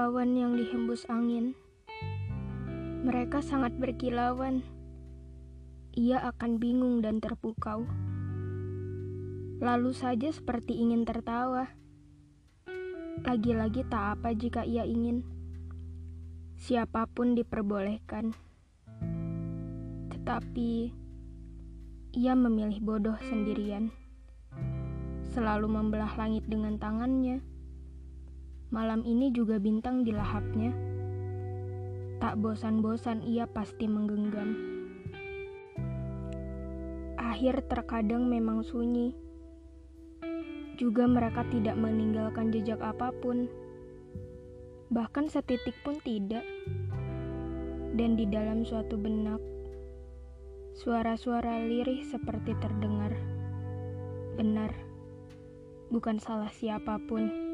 awan yang dihembus angin. Mereka sangat berkilauan. Ia akan bingung dan terpukau. Lalu saja seperti ingin tertawa. Lagi-lagi tak apa jika ia ingin. Siapapun diperbolehkan. Tetapi ia memilih bodoh sendirian. Selalu membelah langit dengan tangannya. Malam ini juga bintang dilahapnya. Tak bosan-bosan ia pasti menggenggam. Akhir terkadang memang sunyi. Juga mereka tidak meninggalkan jejak apapun. Bahkan setitik pun tidak. Dan di dalam suatu benak, suara-suara lirih seperti terdengar. Benar, bukan salah siapapun.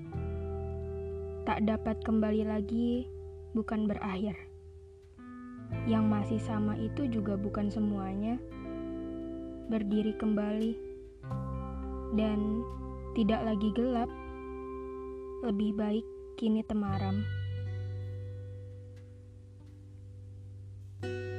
Tak dapat kembali lagi, bukan berakhir. Yang masih sama itu juga bukan semuanya. Berdiri kembali. Dan tidak lagi gelap. Lebih baik kini temaram.